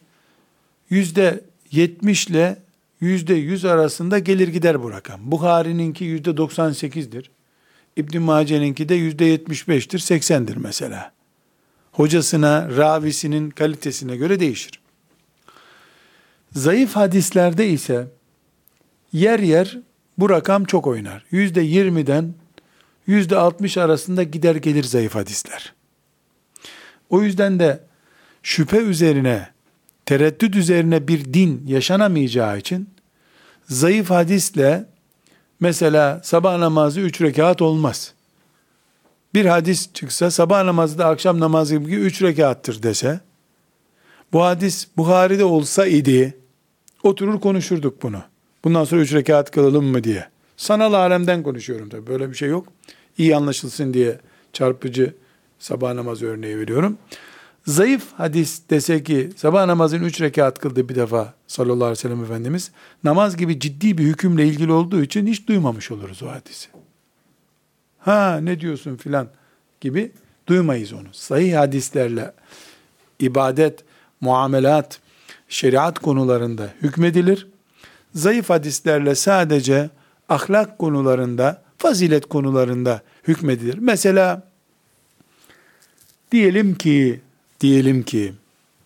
%70 ile %100 arasında gelir gider bu rakam. Buhari'ninki %98'dir. İbn Mace'ninki de %75'tir, 80'dir mesela. Hocasına, ravisinin kalitesine göre değişir. Zayıf hadislerde ise yer yer bu rakam çok oynar. %20'den %60 arasında gider gelir zayıf hadisler. O yüzden de şüphe üzerine, tereddüt üzerine bir din yaşanamayacağı için zayıf hadisle mesela sabah namazı 3 rekat olmaz. Bir hadis çıksa sabah namazı da akşam namazı gibi 3 rekattır dese, bu hadis Buhari'de olsa idi, oturur konuşurduk bunu. Bundan sonra 3 rekat kılalım mı diye. Sanal alemden konuşuyorum tabii, böyle bir şey yok. İyi anlaşılsın diye çarpıcı sabah namazı örneği veriyorum. Zayıf hadis dese ki sabah namazını 3 rekat kıldı bir defa sallallahu aleyhi ve sellem Efendimiz, namaz gibi ciddi bir hükümle ilgili olduğu için hiç duymamış oluruz o hadisi. Ha ne diyorsun filan gibi duymayız onu. Sahih hadislerle ibadet, muamelat, şeriat konularında hükmedilir. Zayıf hadislerle sadece ahlak konularında, fazilet konularında hükmedilir. Mesela diyelim ki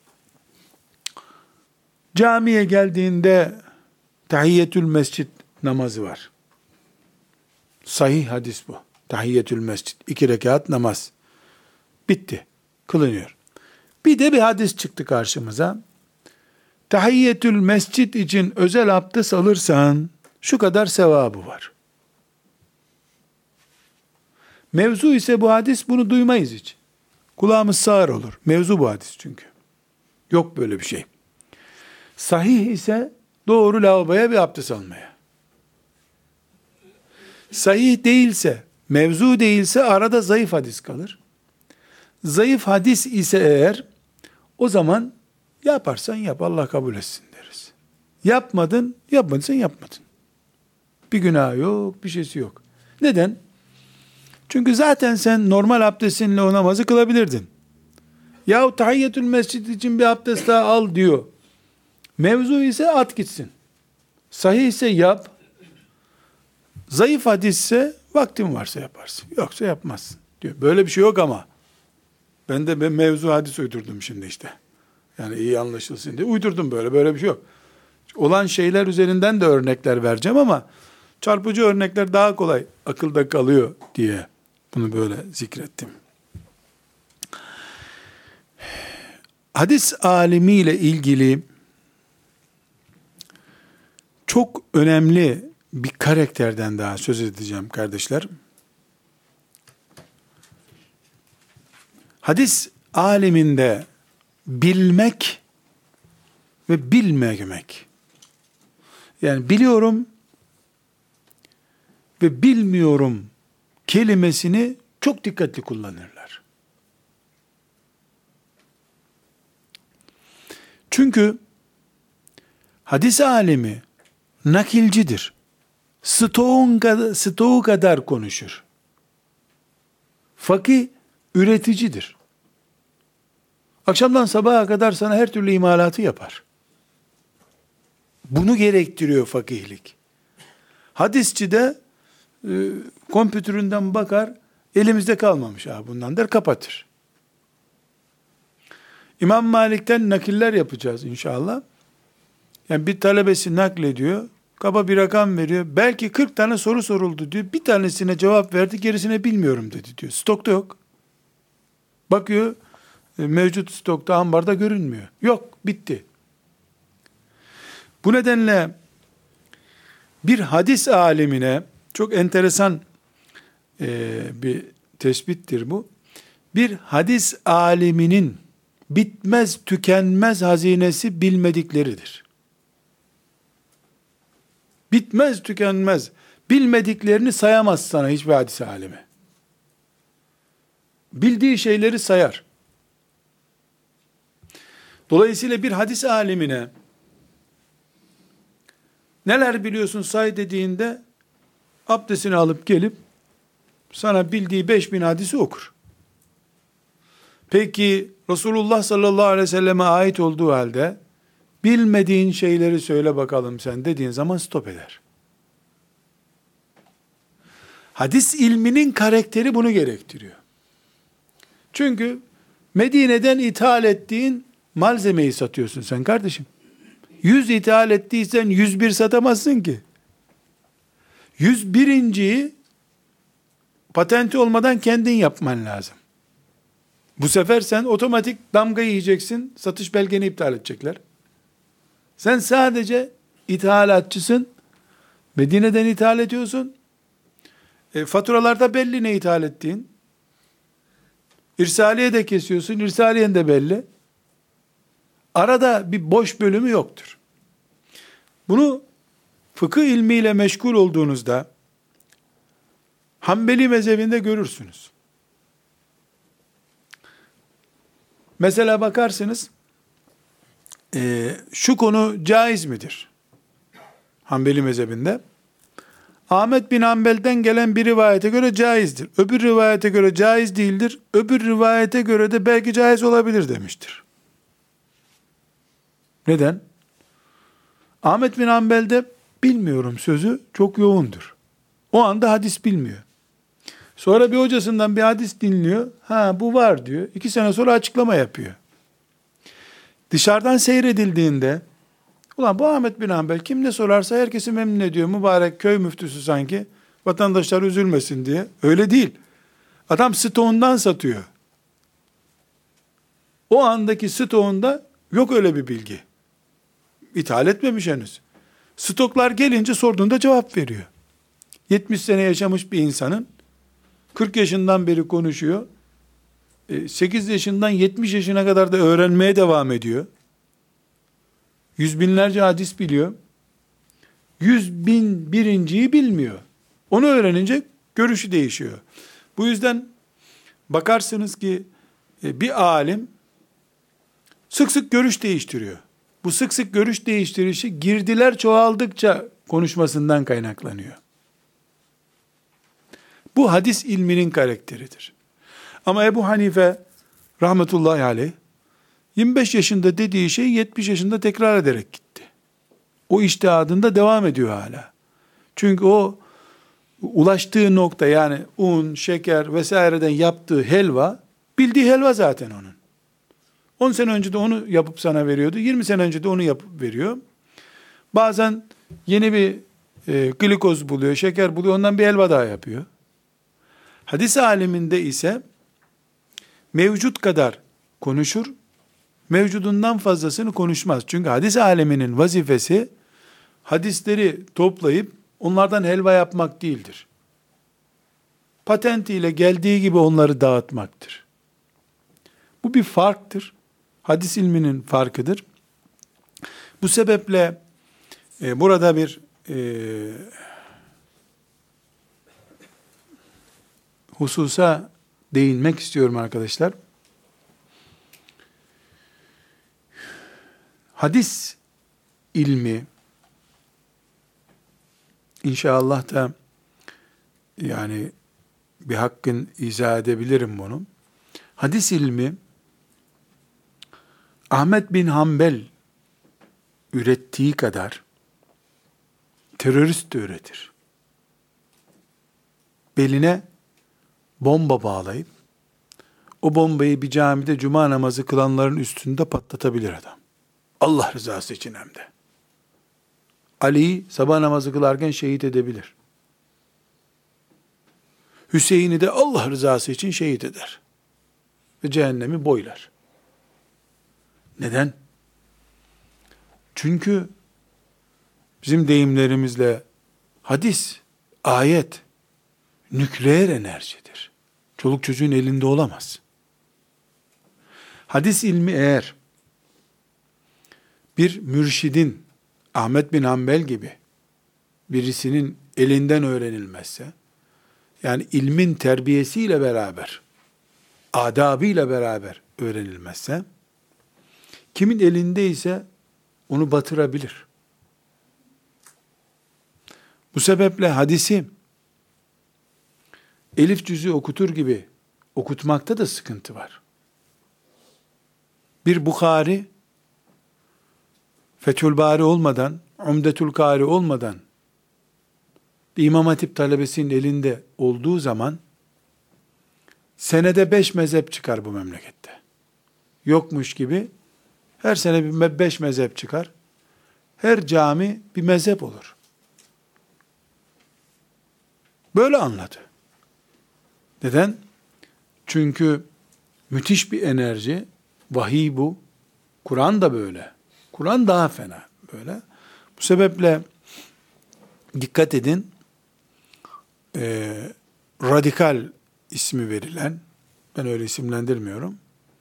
camiye geldiğinde tahiyyetül mescid namazı var. Sahih hadis bu. Tahiyyetül mescid. 2 rekat namaz. Bitti. Kılınıyor. Bir de bir hadis çıktı karşımıza. Tahiyyetül mescid için özel abdest alırsan şu kadar sevabı var. Mevzu ise bu hadis, bunu duymayız hiç. Kulağımız sağır olur. Mevzu bu hadis çünkü. Yok böyle bir şey. Sahih ise doğru lavaboya bir abdest almaya. Sahih değilse, mevzu değilse arada zayıf hadis kalır. Zayıf hadis ise eğer, o zaman yaparsan yap, Allah kabul etsin deriz. Yapmadıysan yapmadın. Bir günah yok, bir şeysi yok. Neden? Çünkü zaten sen normal abdestinle o namazı kılabilirdin. Yahu tahiyyetül mescid için bir abdest daha al diyor. Mevzu ise at gitsin. Sahih ise yap. Zayıf hadisse vaktin varsa yaparsın. Yoksa yapmazsın diyor. Böyle bir şey yok ama. Ben mevzu hadis uydurdum şimdi işte. Yani iyi anlaşılsın diye uydurdum böyle bir şey yok. Olan şeyler üzerinden de örnekler vereceğim ama çarpıcı örnekler daha kolay akılda kalıyor diye bunu böyle zikrettim. Hadis alimiyle ilgili çok önemli bir karakterden daha söz edeceğim kardeşler. Hadis aliminde bilmek ve bilmemek. Yani biliyorum ve bilmiyorum kelimesini çok dikkatli kullanırlar. Çünkü hadis alimi nakilcidir. Stoğu kadar konuşur. Fakih üreticidir. Akşamdan sabaha kadar sana her türlü imalatı yapar. Bunu gerektiriyor fakihlik. Hadisçi de kompütüründen bakar, elimizde kalmamış bundan der, kapatır. İmam Malik'ten nakiller yapacağız inşallah. Yani bir talebesi naklediyor, kaba bir rakam veriyor. Belki 40 tane soru soruldu diyor. Bir tanesine cevap verdi, gerisine bilmiyorum dedi diyor. Stokta yok. Bakıyor, mevcut stokta, ambarda görünmüyor. Yok, bitti. Bu nedenle bir hadis alimine çok enteresan bir tespittir bu. Bir hadis aliminin bitmez tükenmez hazinesi bilmedikleridir. Bitmez tükenmez. Bilmediklerini sayamaz sana hiçbir hadis alimi. Bildiği şeyleri sayar. Dolayısıyla bir hadis alimine neler biliyorsun say dediğinde abdestini alıp gelip sana bildiği 5000 hadisi okur. Peki Resulullah sallallahu aleyhi ve selleme ait olduğu halde bilmediğin şeyleri söyle bakalım sen dediğin zaman stop eder. Hadis ilminin karakteri bunu gerektiriyor. Çünkü Medine'den ithal ettiğin malzemeyi satıyorsun sen kardeşim. 100 ithal ettiysen 101 satamazsın ki. 101.'yi patenti olmadan kendin yapman lazım. Bu sefer sen otomatik damga yiyeceksin, satış belgeni iptal edecekler. Sen sadece ithalatçısın, Medine'den ithal ediyorsun. Faturalarda belli ne ithal ettiğin. İrsaliye de kesiyorsun, irsaliyen de belli. Arada bir boş bölümü yoktur. Bunu fıkıh ilmiyle meşgul olduğunuzda Hanbeli mezhebinde görürsünüz. Mesela bakarsınız, şu konu caiz midir? Hanbeli mezhebinde. Ahmet bin Hanbel'den gelen bir rivayete göre caizdir. Öbür rivayete göre caiz değildir. Öbür rivayete göre de belki caiz olabilir demiştir. Neden? Ahmet bin Hanbel'de bilmiyorum sözü çok yoğundur. O anda hadis bilmiyor. Sonra bir hocasından bir hadis dinliyor. Ha bu var diyor. 2 sene sonra açıklama yapıyor. Dışarıdan seyredildiğinde ulan bu Ahmet bin Hanbel kim ne sorarsa herkesi memnun ediyor. Mübarek köy müftüsü sanki. Vatandaşlar üzülmesin diye. Öyle değil. Adam stoğundan satıyor. O andaki stoğunda yok öyle bir bilgi. İthal etmemiş henüz. Stoklar gelince sorduğunda cevap veriyor. 70 sene yaşamış bir insanın 40 yaşından beri konuşuyor. 8 yaşından 70 yaşına kadar da öğrenmeye devam ediyor. Yüz binlerce hadis biliyor. 100.001.'yi bilmiyor. Onu öğrenince görüşü değişiyor. Bu yüzden bakarsınız ki bir alim sık sık görüş değiştiriyor. Bu sık sık görüş değiştirişi girdiler çoğaldıkça konuşmasından kaynaklanıyor. Bu hadis ilminin karakteridir. Ama Ebu Hanife rahmetullahi aleyh 25 yaşında dediği şeyi 70 yaşında tekrar ederek gitti. O içtihadında devam ediyor hala. Çünkü o ulaştığı nokta yani un, şeker vesaireden yaptığı helva bildiği helva zaten onun. 10 sene önce de onu yapıp sana veriyordu. 20 sene önce de onu yapıp veriyor. Bazen yeni bir glikoz buluyor, şeker buluyor. Ondan bir helva daha yapıyor. Hadis aleminde ise mevcut kadar konuşur, mevcudundan fazlasını konuşmaz. Çünkü hadis aleminin vazifesi hadisleri toplayıp onlardan helva yapmak değildir. Patentiyle geldiği gibi onları dağıtmaktır. Bu bir farktır. Hadis ilminin farkıdır. Bu sebeple burada bir hususa değinmek istiyorum arkadaşlar. Hadis ilmi inşallah da yani bir hakkın izah edebilirim bunu. Hadis ilmi Ahmet bin Hanbel ürettiği kadar terörist de üretir. Beline bomba bağlayıp o bombayı bir camide cuma namazı kılanların üstünde patlatabilir adam. Allah rızası için hem de. Ali'yi sabah namazı kılarken şehit edebilir. Hüseyin'i de Allah rızası için şehit eder. Ve cehennemi boylar. Neden? Çünkü bizim deyimlerimizle hadis, ayet, nükleer enerjidir. Çoluk çocuğun elinde olamaz. Hadis ilmi eğer bir mürşidin, Ahmet bin Hanbel gibi birisinin elinden öğrenilmezse, yani ilmin terbiyesiyle beraber, adabıyla beraber öğrenilmezse, kimin elindeyse onu batırabilir. Bu sebeple hadisi elif cüzü okutur gibi okutmakta da sıkıntı var. Bir Bukhari, Fethül Bari olmadan, Umdetül Kari olmadan, bir İmam Hatip talebesinin elinde olduğu zaman, senede 5 mezhep çıkar bu memlekette. Yokmuş gibi, her sene bir 5 mezhep çıkar. Her cami bir mezhep olur. Böyle anladı. Neden? Çünkü müthiş bir enerji, vahiy bu. Kur'an da böyle. Kur'an daha fena böyle. Bu sebeple dikkat edin, radikal ismi verilen, ben öyle isimlendirmiyorum,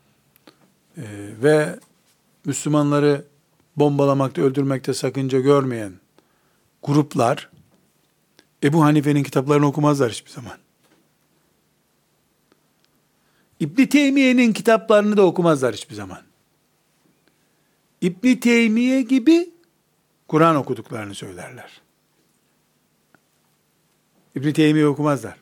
ve Müslümanları bombalamakta, öldürmekte sakınca görmeyen gruplar, Ebu Hanife'nin kitaplarını okumazlar hiçbir zaman. İbn Teymiye'nin kitaplarını da okumazlar hiçbir zaman. İbn Teymiye gibi Kur'an okuduklarını söylerler. İbn Teymiye okumazlar.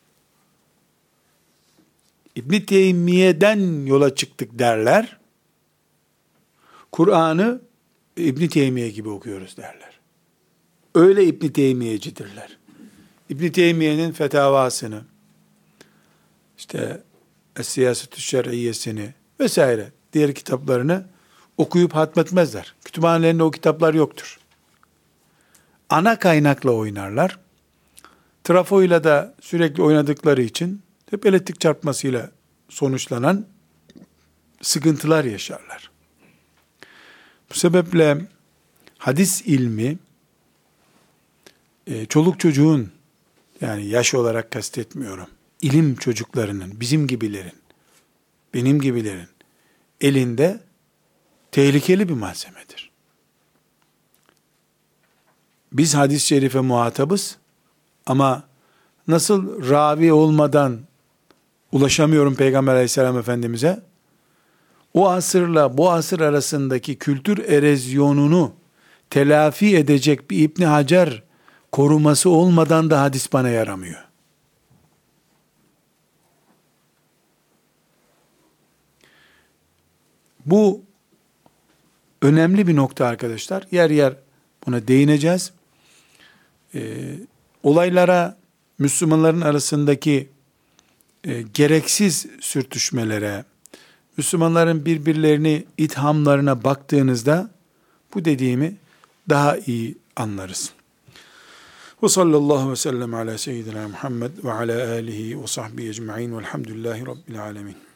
İbn Teymiye'den yola çıktık derler. Kur'an'ı İbn Teymiye gibi okuyoruz derler. Öyle İbn Teymiyecidirler. İbn Teymiye'nin fetavasını, işte Es-Siyaset-ü Şer'iyyesini vesaire diğer kitaplarını okuyup hatmetmezler. Kütüphanelerinde o kitaplar yoktur. Ana kaynakla oynarlar. Trafoyla da sürekli oynadıkları için hep elektrik çarpmasıyla sonuçlanan sıkıntılar yaşarlar. Bu sebeple hadis ilmi çoluk çocuğun, yani yaş olarak kastetmiyorum, ilim çocuklarının, bizim gibilerin, benim gibilerin elinde tehlikeli bir malzemedir. Biz hadis-i şerife muhatabız ama nasıl ravi olmadan ulaşamıyorum Peygamber aleyhisselam Efendimiz'e, o asırla bu asır arasındaki kültür erozyonunu telafi edecek bir İbn Hacer koruması olmadan da hadis bana yaramıyor. Bu önemli bir nokta arkadaşlar. Yer yer buna değineceğiz. Olaylara, Müslümanların arasındaki gereksiz sürtüşmelere, Müslümanların birbirlerini ithamlarına baktığınızda bu dediğimi daha iyi anlarız. Ve sallallahu ve sellem ala seyyidina Muhammed ve ala alihi ve sahbihi ecma'in velhamdülillahi rabbil alemin.